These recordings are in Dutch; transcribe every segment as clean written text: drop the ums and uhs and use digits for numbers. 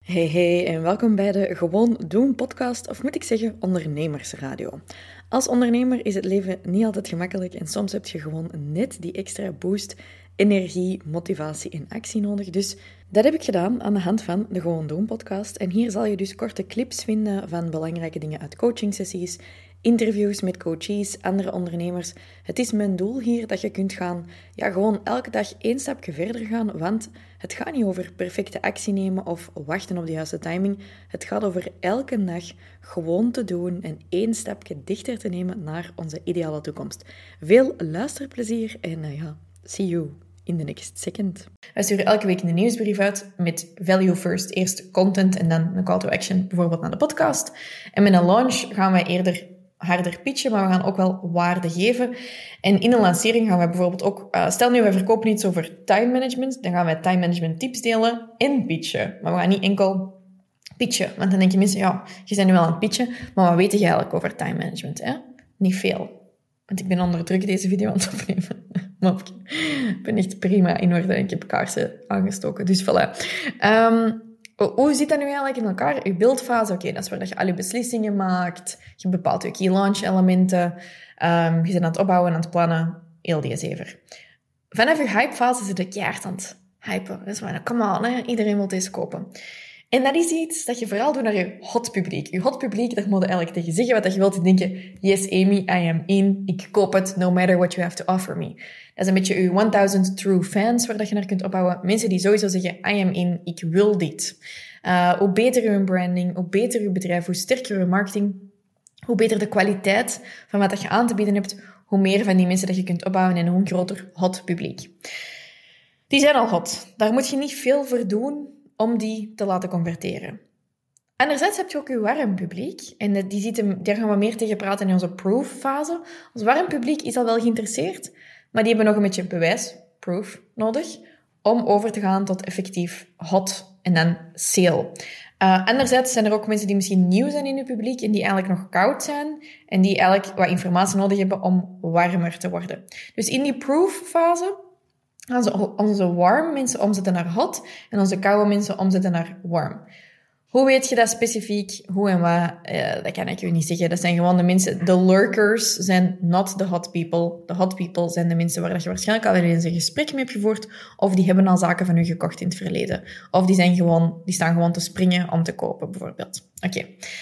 Hey en welkom bij de Gewoon Doen podcast, of moet ik zeggen ondernemersradio. Als ondernemer is het leven niet altijd gemakkelijk en soms heb je gewoon net die extra boost, energie, motivatie en actie nodig. Dus dat heb ik gedaan aan de hand van de Gewoon Doen podcast. En hier zal je dus korte clips vinden van belangrijke dingen uit coachingsessies, interviews met coaches, andere ondernemers. Het is mijn doel hier dat je kunt gaan, gewoon elke dag 1 stapje verder gaan, want het gaat niet over perfecte actie nemen of wachten op de juiste timing. Het gaat over elke dag gewoon te doen en 1 stapje dichter te nemen naar onze ideale toekomst. Veel luisterplezier en see you in the next second. Wij sturen elke week een nieuwsbrief uit met value first. Eerst content en dan een call to action, bijvoorbeeld naar de podcast. En met een launch gaan wij eerder harder pitchen, maar we gaan ook wel waarde geven. En in een lancering gaan we bijvoorbeeld ook... stel nu, wij verkopen iets over time management, dan gaan wij time management tips delen en pitchen. Maar we gaan niet enkel pitchen, want dan denken mensen, je bent nu wel aan het pitchen, maar wat weet je eigenlijk over time management? Hè? Niet veel. Want ik ben onder druk deze video aan het opnemen. Maar ik ben echt prima in orde en ik heb kaarsen aangestoken. Dus voilà. Hoe zit dat nu eigenlijk in elkaar? Je beeldfase, dat is waar je al je beslissingen maakt. Je bepaalt je key launch elementen. Je bent aan het opbouwen en aan het plannen. Heel die zever. Vanaf je hypefase zit je keihard aan het hypen. Dat is maar, come on, hè? Iedereen wil deze kopen. En dat is iets dat je vooral doet naar je hot publiek. Je hot publiek, daar moet je eigenlijk tegen zeggen wat je wilt. En denken, yes Amy, I am in. Ik koop het, no matter what you have to offer me. Dat is een beetje je 1000 true fans waar dat je naar kunt opbouwen. Mensen die sowieso zeggen, I am in, ik wil dit. Hoe beter je branding, hoe beter je bedrijf, hoe sterker je marketing, hoe beter de kwaliteit van wat dat je aan te bieden hebt, hoe meer van die mensen dat je kunt opbouwen en hoe groter hot publiek. Die zijn al hot. Daar moet je niet veel voor doen om die te laten converteren. Anderzijds heb je ook je warm publiek. En daar gaan we meer tegen praten in onze proof-fase. Ons warm publiek is al wel geïnteresseerd, maar die hebben nog een beetje bewijs, proof, nodig, om over te gaan tot effectief hot en dan sale. Anderzijds zijn er ook mensen die misschien nieuw zijn in je publiek en die eigenlijk nog koud zijn en die eigenlijk wat informatie nodig hebben om warmer te worden. Dus in die proof-fase onze warm mensen omzetten naar hot en onze koude mensen omzetten naar warm. Hoe weet je dat specifiek? Hoe en wat? Dat kan ik u niet zeggen. Dat zijn gewoon de mensen... De lurkers zijn not the hot people. De hot people zijn de mensen waar je waarschijnlijk al eens een gesprek mee hebt gevoerd, of die hebben al zaken van u gekocht in het verleden. Of die staan gewoon te springen om te kopen, bijvoorbeeld. Oké.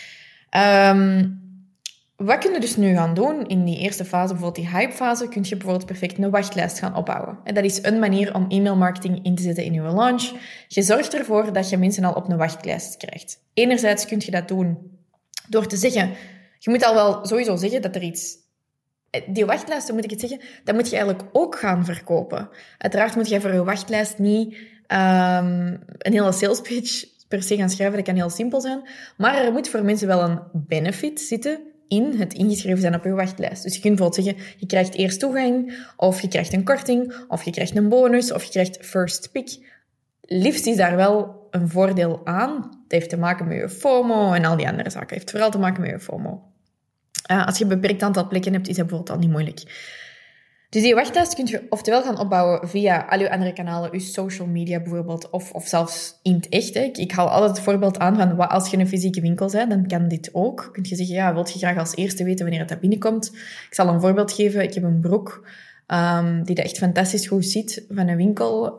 Wat kun je dus nu gaan doen in die eerste fase, bijvoorbeeld die hypefase, kun je bijvoorbeeld perfect een wachtlijst gaan opbouwen. En dat is een manier om e-mailmarketing in te zetten in je launch. Je zorgt ervoor dat je mensen al op een wachtlijst krijgt. Enerzijds kun je dat doen door te zeggen, je moet al wel sowieso zeggen dat er iets... Die wachtlijsten, moet ik het zeggen, dat moet je eigenlijk ook gaan verkopen. Uiteraard moet je voor je wachtlijst niet een hele sales pitch per se gaan schrijven, dat kan heel simpel zijn. Maar er moet voor mensen wel een benefit zitten in het ingeschreven zijn op je wachtlijst. Dus je kunt bijvoorbeeld zeggen, je krijgt eerst toegang, of je krijgt een korting, of je krijgt een bonus, of je krijgt first pick. Liefst is daar wel een voordeel aan. Het heeft te maken met je FOMO en al die andere zaken. Het heeft vooral te maken met je FOMO. Als je een beperkt aantal plekken hebt, is dat bijvoorbeeld al niet moeilijk. Dus die wachtlijst kun je oftewel gaan opbouwen via al je andere kanalen, je social media bijvoorbeeld, of zelfs in het echt. Hè. Ik haal altijd het voorbeeld aan van wat als je een fysieke winkel bent, dan kan dit ook. Kun je zeggen, wilt je graag als eerste weten wanneer het binnenkomt? Ik zal een voorbeeld geven. Ik heb een broek die dat echt fantastisch goed ziet van een winkel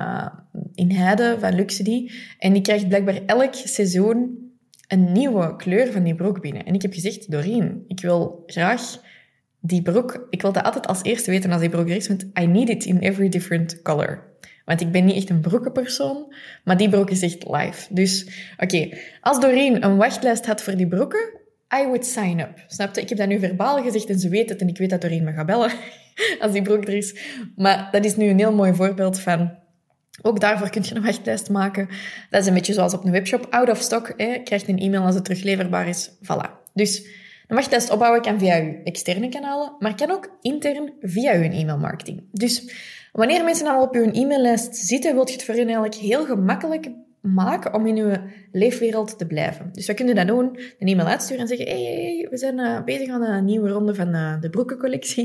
in Heide van Luxury. En die krijgt blijkbaar elk seizoen een nieuwe kleur van die broek binnen. En ik heb gezegd, Doreen, ik wil graag die broek, ik wil dat altijd als eerste weten als die broek er is, want I need it in every different color. Want ik ben niet echt een broekenpersoon, maar die broek is echt live. Dus, oké, als Doreen een wachtlijst had voor die broeken, I would sign up. Snap je? Ik heb dat nu verbaal gezegd en ze weet het en ik weet dat Doreen me gaat bellen als die broek er is. Maar dat is nu een heel mooi voorbeeld van... Ook daarvoor kun je een wachtlijst maken. Dat is een beetje zoals op een webshop. Out of stock, krijgt een e-mail als het terugleverbaar is. Voilà. Dus een wachtlijst opbouwen kan via je externe kanalen, maar kan ook intern via je e-mailmarketing. Dus wanneer mensen al op je e-maillijst zitten, wil je het voor hen eigenlijk heel gemakkelijk maken om in je leefwereld te blijven. Dus wat kun je dan doen? Een e-mail uitsturen en zeggen, hey, we zijn bezig aan een nieuwe ronde van de broekencollectie.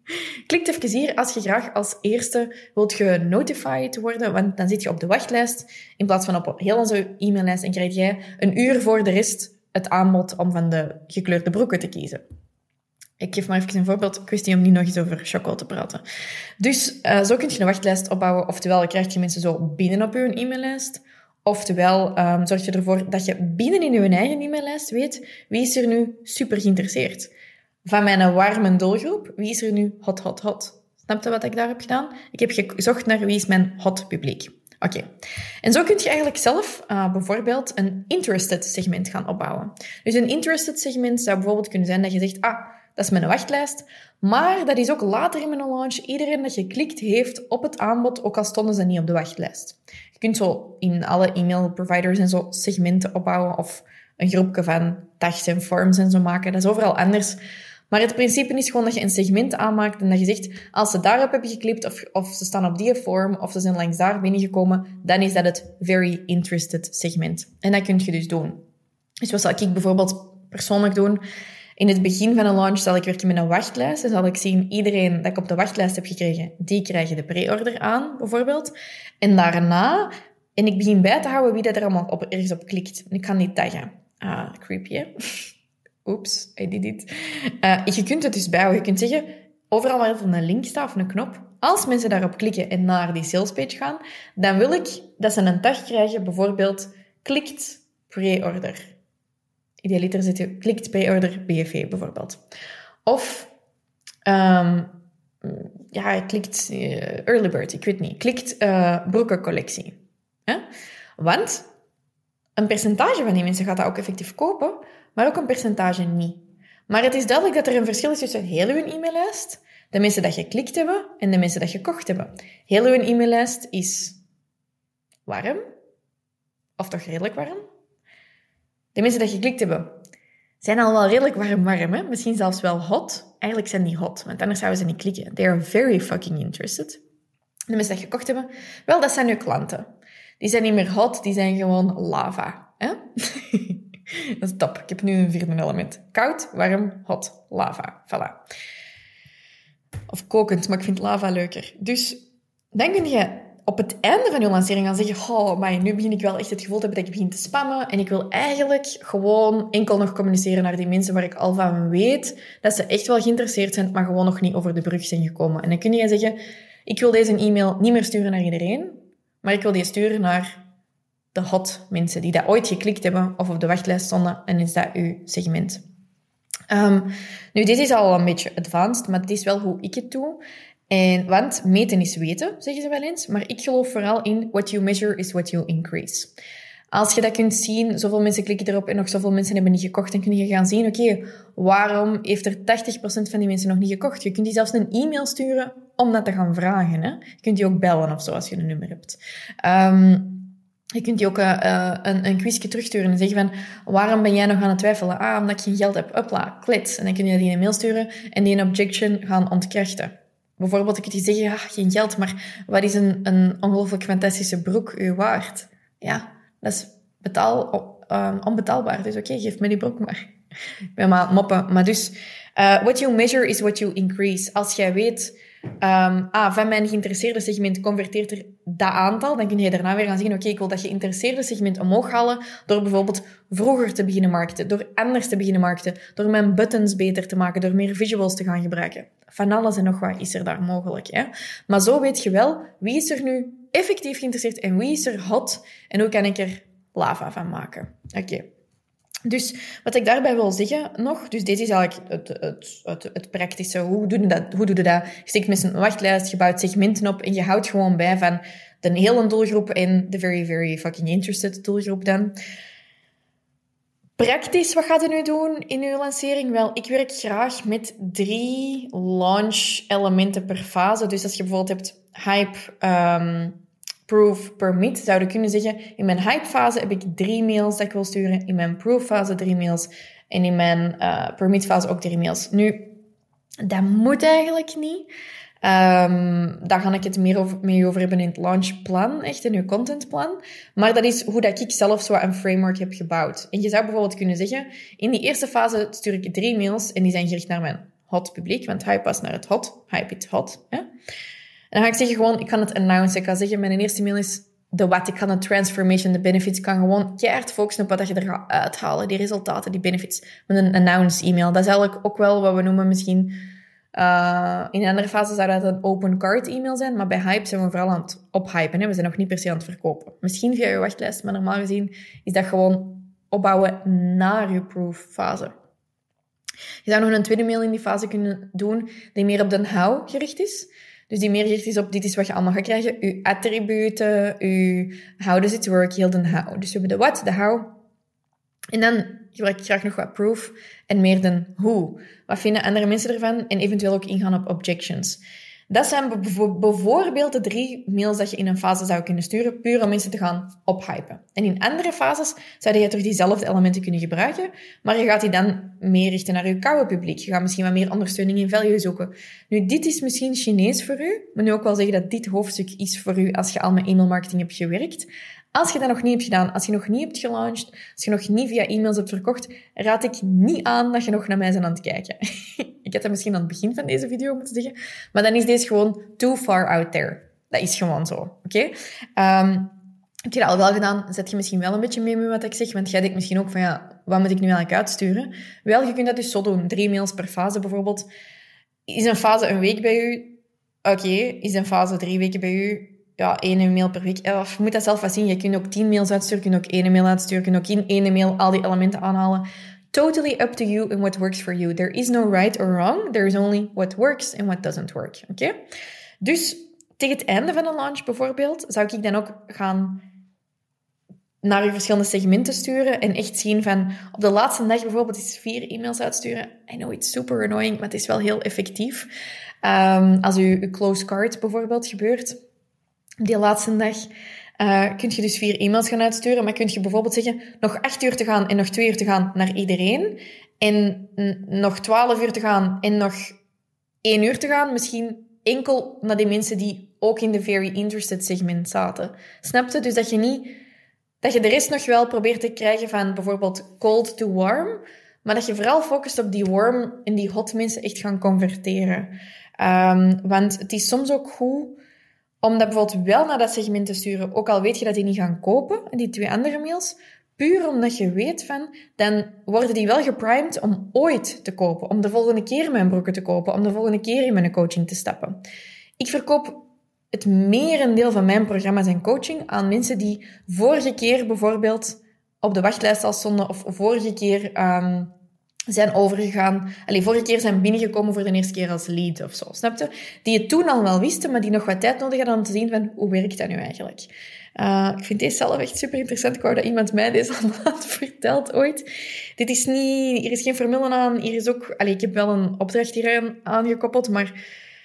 Klikt even hier als je graag als eerste wilt genotified worden, want dan zit je op de wachtlijst in plaats van op heel onze e-maillijst en krijg jij een uur voor de rest het aanbod om van de gekleurde broeken te kiezen. Ik geef maar even een voorbeeld, kwestie om niet nog eens over choco te praten. Dus zo kun je een wachtlijst opbouwen, oftewel krijg je mensen zo binnen op je e-maillijst, oftewel zorg je ervoor dat je binnen in je eigen e-maillijst weet wie is er nu super geïnteresseerd. Van mijn warme doelgroep, wie is er nu hot, hot, hot? Snap je wat ik daar heb gedaan? Ik heb gezocht naar wie is mijn hot publiek. Oké. En zo kun je eigenlijk zelf bijvoorbeeld een interested segment gaan opbouwen. Dus een interested segment zou bijvoorbeeld kunnen zijn dat je zegt, dat is mijn wachtlijst, maar dat is ook later in mijn launch iedereen dat je klikt heeft op het aanbod, ook al stonden ze niet op de wachtlijst. Je kunt zo in alle e-mail providers en zo segmenten opbouwen of een groepje van tags en forms en zo maken. Dat is overal anders. Maar het principe is gewoon dat je een segment aanmaakt en dat je zegt, als ze daarop hebben geklikt of ze staan op die vorm of ze zijn langs daar binnengekomen, dan is dat het very interested segment. En dat kun je dus doen. Dus wat zal ik bijvoorbeeld persoonlijk doen? In het begin van een launch zal ik werken met een wachtlijst. Dan zal ik zien, iedereen dat ik op de wachtlijst heb gekregen, die krijgen de pre-order aan, bijvoorbeeld. En daarna, en ik begin bij te houden wie dat er allemaal ergens op klikt. En ik kan die taggen. Creepy, hè? Oeps, I did it. Je kunt het dus bijhouden. Je kunt zeggen, overal waar er een link staat of een knop, als mensen daarop klikken en naar die salespage gaan, dan wil ik dat ze een tag krijgen, bijvoorbeeld, klikt pre-order. Idealiter zet je klikt pre-order BFV bijvoorbeeld. Of klikt early bird, ik weet niet. Klikt broekencollectie. Want een percentage van die mensen gaat dat ook effectief kopen, maar ook een percentage niet. Maar het is duidelijk dat er een verschil is tussen heel uw e-maillijst, de mensen dat geklikt hebben en de mensen dat gekocht hebben. Heel uw e-maillijst is warm, of toch redelijk warm. De mensen die geklikt hebben, zijn al wel redelijk warm, hè? Misschien zelfs wel hot. Eigenlijk zijn die hot, want anders zouden ze niet klikken. They are very fucking interested. De mensen die gekocht hebben, wel, dat zijn uw klanten. Die zijn niet meer hot, die zijn gewoon lava. Hè? Dat is top. Ik heb nu een vierde element. Koud, warm, hot, lava. Voilà. Of kokend, maar ik vind lava leuker. Dus dan kun je op het einde van je lancering gaan zeggen, maar nu begin ik wel echt het gevoel te hebben dat ik begin te spammen en ik wil eigenlijk gewoon enkel nog communiceren naar die mensen waar ik al van weet dat ze echt wel geïnteresseerd zijn, maar gewoon nog niet over de brug zijn gekomen. En dan kun je zeggen, ik wil deze e-mail niet meer sturen naar iedereen, maar ik wil die sturen naar de hot mensen die dat ooit geklikt hebben of op de wachtlijst stonden en is dat uw segment. Nu, dit is al een beetje advanced, maar het is wel hoe ik het doe. Want meten is weten, zeggen ze wel eens. Maar ik geloof vooral in what you measure is what you increase. Als je dat kunt zien, zoveel mensen klikken erop en nog zoveel mensen hebben niet gekocht, dan kun je gaan zien, oké, waarom heeft er 80% van die mensen nog niet gekocht? Je kunt die zelfs een e-mail sturen om dat te gaan vragen. Hè? Je kunt die ook bellen of zo, als je een nummer hebt. Je kunt die ook een quizje terugsturen en zeggen van, waarom ben jij nog aan het twijfelen? Omdat ik geen geld heb. Upla, klets. En dan kun je die een mail sturen en die een objection gaan ontkrachten. Bijvoorbeeld, ik kunt je zeggen, geen geld, maar wat is een ongelooflijk fantastische broek u waard? Ja, dat is onbetaalbaar. Dus oké, geef me die broek maar. Ik ben maar moppen. Maar dus, what you measure is what you increase. Als jij weet, van mijn geïnteresseerde segment converteert er dat aantal, dan kun je daarna weer gaan zien, oké, ik wil dat geïnteresseerde segment omhoog halen door bijvoorbeeld vroeger te beginnen markten, door anders te beginnen markten, door mijn buttons beter te maken, door meer visuals te gaan gebruiken. Van alles en nog wat is er daar mogelijk. Hè? Maar zo weet je wel, wie is er nu effectief geïnteresseerd en wie is er hot en hoe kan ik er lava van maken. Oké. Dus wat ik daarbij wil zeggen nog, dus dit is eigenlijk het praktische. Hoe doe je dat? Je steekt met een wachtlijst, je bouwt segmenten op en je houdt gewoon bij van de hele doelgroep en de very, very fucking interested doelgroep dan. Praktisch, wat gaat je nu doen in je lancering? Wel, ik werk graag met 3 launch elementen per fase. Dus als je bijvoorbeeld hebt hype, proof, permit, zou je kunnen zeggen, in mijn hype-fase heb ik 3 mails dat ik wil sturen, in mijn proof-fase 3 mails en in mijn permit-fase ook 3 mails. Nu, dat moet eigenlijk niet. Daar ga ik het meer mee over hebben in het launchplan, echt in uw contentplan. Maar dat is hoe dat ik zelf zo een framework heb gebouwd. En je zou bijvoorbeeld kunnen zeggen, in die eerste fase stuur ik 3 mails en die zijn gericht naar mijn hot publiek, want hype was naar het hot, hype it hot. Hè? En dan ga ik zeggen gewoon, ik kan het announcen. Ik ga zeggen, mijn eerste mail is de what. Ik ga de transformation, de benefits. Ik kan gewoon keihard focussen op wat je er gaat uithalen. Die resultaten, die benefits. Met een announce e-mail. Dat is eigenlijk ook wel wat we noemen misschien... in een andere fase zou dat een open card e-mail zijn. Maar bij hype zijn we vooral aan het ophypen. Hè? We zijn nog niet per se aan het verkopen. Misschien via je wachtlijst. Maar normaal gezien is dat gewoon opbouwen naar je proof fase. Je zou nog een tweede mail in die fase kunnen doen die meer op de how gericht is. Dus die meer gericht is op, dit is wat je allemaal gaat krijgen. Uw attributen, uw how does it work, heel de how. Dus we hebben de what, de how. En dan gebruik ik graag nog wat proof en meer de who. Wat vinden andere mensen ervan? En eventueel ook ingaan op objections. Dat zijn bijvoorbeeld de 3 mails dat je in een fase zou kunnen sturen, puur om mensen te gaan ophypen. En in andere fases zou je toch diezelfde elementen kunnen gebruiken, maar je gaat die dan meer richten naar je koude publiek. Je gaat misschien wat meer ondersteuning in value zoeken. Nu, dit is misschien Chinees voor u, maar nu ook wel zeggen dat dit hoofdstuk is voor u als je al met e-mailmarketing hebt gewerkt. Als je dat nog niet hebt gedaan, als je nog niet hebt gelaunched, als je nog niet via e-mails hebt verkocht, raad ik niet aan dat je nog naar mij bent aan het kijken. Ik had dat misschien aan het begin van deze video moeten zeggen, maar dan is deze gewoon too far out there. Dat is gewoon zo, oké? Heb je dat al wel gedaan, zet je misschien wel een beetje mee met wat ik zeg, want jij denkt misschien ook van, ja, wat moet ik nu eigenlijk uitsturen? Wel, je kunt dat dus zo doen. 3 mails per fase bijvoorbeeld. Is een fase een week bij u? Oké. Is een fase 3 weken bij u? Ja, 1 mail per week. Je moet dat zelf wat zien. Je kunt ook 10 mails uitsturen, je kunt ook 1 mail uitsturen, je kunt ook in 1 mail al die elementen aanhalen. Totally up to you and what works for you. There is no right or wrong. There is only what works and what doesn't work. Oké? Dus tegen het einde van een launch bijvoorbeeld, zou ik dan ook gaan naar je verschillende segmenten sturen en echt zien van op de laatste dag bijvoorbeeld eens 4 e-mails uitsturen. I know it's super annoying, maar het is wel heel effectief. Als uw close card bijvoorbeeld gebeurt, die laatste dag, kun je dus 4 e-mails gaan uitsturen, maar kun je bijvoorbeeld zeggen, nog 8 uur te gaan en nog 2 uur te gaan naar iedereen, en nog 12 uur te gaan en nog 1 uur te gaan, misschien enkel naar die mensen die ook in de very interested segment zaten. Snap je? Dus dat je de rest nog wel probeert te krijgen van bijvoorbeeld cold to warm, maar dat je vooral focust op die warm en die hot mensen echt gaan converteren. Want het is soms ook goed om dat bijvoorbeeld wel naar dat segment te sturen, ook al weet je dat die niet gaan kopen, die 2 andere mails, puur omdat je weet van, dan worden die wel geprimed om ooit te kopen, om de volgende keer mijn broeken te kopen, om de volgende keer in mijn coaching te stappen. Ik verkoop het merendeel van mijn programma's en coaching aan mensen die vorige keer bijvoorbeeld op de wachtlijst al stonden, of vorige keer zijn overgegaan. Vorige keer zijn binnengekomen voor de eerste keer als lead of zo, snap je? Die het toen al wel wisten, maar die nog wat tijd nodig hadden om te zien van, hoe werkt dat nu eigenlijk? Ik vind deze zelf echt super interessant. Ik wou dat iemand mij deze allemaal had verteld ooit. Dit is niet... Hier is geen formule aan. Hier is ook... ik heb wel een opdracht hier aangekoppeld, maar...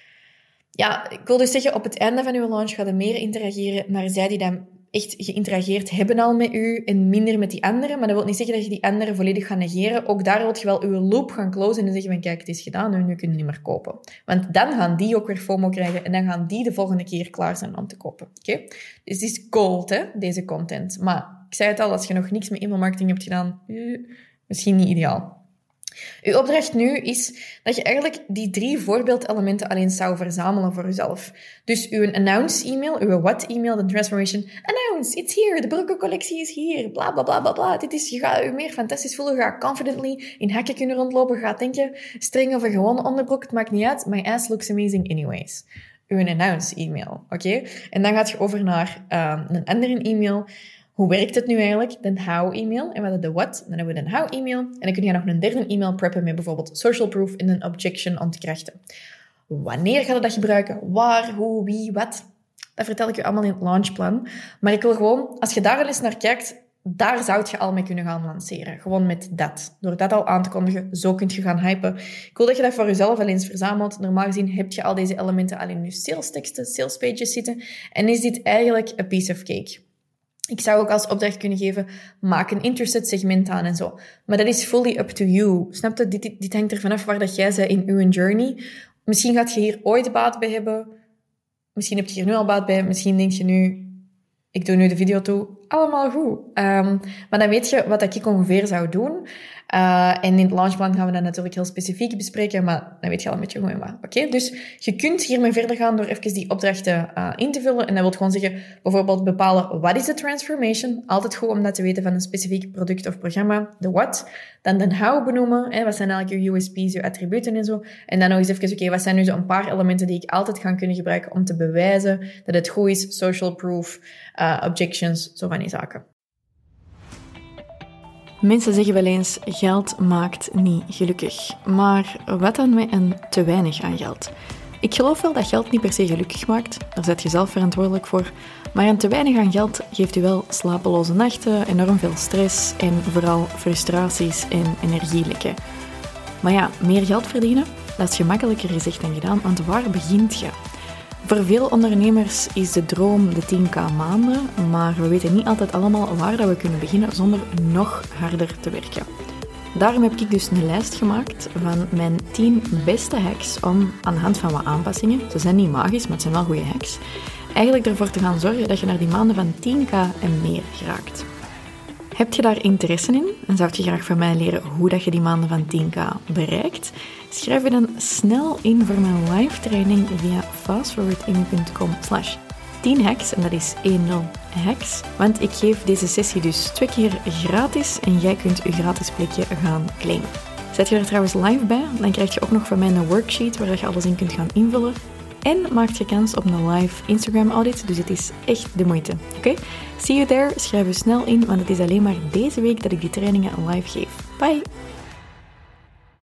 Ja, ik wil dus zeggen, op het einde van uw launch gaat er meer interageren naar zij die dan echt geïnterageerd hebben al met u en minder met die anderen. Maar dat wil niet zeggen dat je die anderen volledig gaat negeren. Ook daar wil je wel uw loop gaan closen en zeggen van kijk, het is gedaan, nu kun je niet meer kopen. Want dan gaan die ook weer FOMO krijgen en dan gaan die de volgende keer klaar zijn om te kopen. Oké? Dus het is gold, hè, deze content. Maar ik zei het al, als je nog niks met e-mailmarketing hebt gedaan, misschien niet ideaal. Uw opdracht nu is dat je eigenlijk die 3 voorbeeldelementen alleen zou verzamelen voor jezelf. Dus uw announce-e-mail, uw what-e-mail, de transformation. Announce, it's here, de broekencollectie is hier, bla bla bla bla bla. Je gaat je meer fantastisch voelen, je gaat confidently in hakken kunnen rondlopen, je gaat denken, streng of een gewone onderbroek, het maakt niet uit, my ass looks amazing anyways. Uw announce-e-mail, oké? En dan gaat je over naar een andere e-mail. Hoe werkt het nu eigenlijk? De how-e-mail. En we hadden de what. Dan hebben we de how-e-mail. En dan kun je nog een derde e-mail preppen met bijvoorbeeld social proof en een objection om te krachten. Wanneer ga je dat gebruiken? Waar, hoe, wie, wat? Dat vertel ik je allemaal in het launchplan. Maar ik wil gewoon, als je daar al eens naar kijkt, daar zou je al mee kunnen gaan lanceren. Gewoon met dat. Door dat al aan te kondigen, zo kun je gaan hypen. Ik wil dat je dat voor jezelf al eens verzamelt. Normaal gezien heb je al deze elementen al in je salesteksten, salespages zitten. En is dit eigenlijk a piece of cake. Ik zou ook als opdracht kunnen geven, maak een interested segment aan en zo. Maar dat is fully up to you. Snap je? Dit hangt er vanaf waar dat jij bent in uw journey. Misschien gaat je hier ooit baat bij hebben. Misschien heb je hier nu al baat bij. Misschien denk je nu, ik doe nu de video toe. allemaal goed. Maar dan weet je wat ik ongeveer zou doen. En in het launchplan gaan we dat natuurlijk heel specifiek bespreken, maar dan weet je al een beetje hoe en wat. Oké? Dus je kunt hiermee verder gaan door even die opdrachten in te vullen. En dat wil gewoon zeggen, bijvoorbeeld bepalen, what is the transformation? Altijd goed om dat te weten van een specifiek product of programma. De what. Dan de how benoemen. Wat zijn eigenlijk je USP's, je attributen en zo. En dan nog eens even, oké, wat zijn nu zo'n paar elementen die ik altijd ga kunnen gebruiken om te bewijzen dat het goed is, social proof, objections, zo van die zaken. Mensen zeggen wel eens, geld maakt niet gelukkig. Maar wat dan met een te weinig aan geld? Ik geloof wel dat geld niet per se gelukkig maakt. Daar zet je zelf verantwoordelijk voor. Maar een te weinig aan geld geeft u wel slapeloze nachten, enorm veel stress en vooral frustraties en energielekken. Maar ja, meer geld verdienen, dat is gemakkelijker gezegd dan gedaan, want waar begint je? Voor veel ondernemers is de droom de 10k maanden, maar we weten niet altijd allemaal waar dat we kunnen beginnen zonder nog harder te werken. Daarom heb ik dus een lijst gemaakt van mijn 10 beste hacks om aan de hand van wat aanpassingen, ze zijn niet magisch, maar het zijn wel goede hacks, eigenlijk ervoor te gaan zorgen dat je naar die maanden van 10k en meer geraakt. Heb je daar interesse in en zou je graag van mij leren hoe dat je die maanden van 10k bereikt? Schrijf je dan snel in voor mijn live training via fastforwarding.com/10hacks en dat is 10 hacks. Want ik geef deze sessie dus 2 keer gratis en jij kunt je gratis plekje gaan claimen. Zet je er trouwens live bij, dan krijg je ook nog van mij een worksheet waar je alles in kunt gaan invullen. En maakt je kans op een live Instagram audit, dus het is echt de moeite. Oké? See you there, schrijf je snel in, want het is alleen maar deze week dat ik die trainingen live geef. Bye!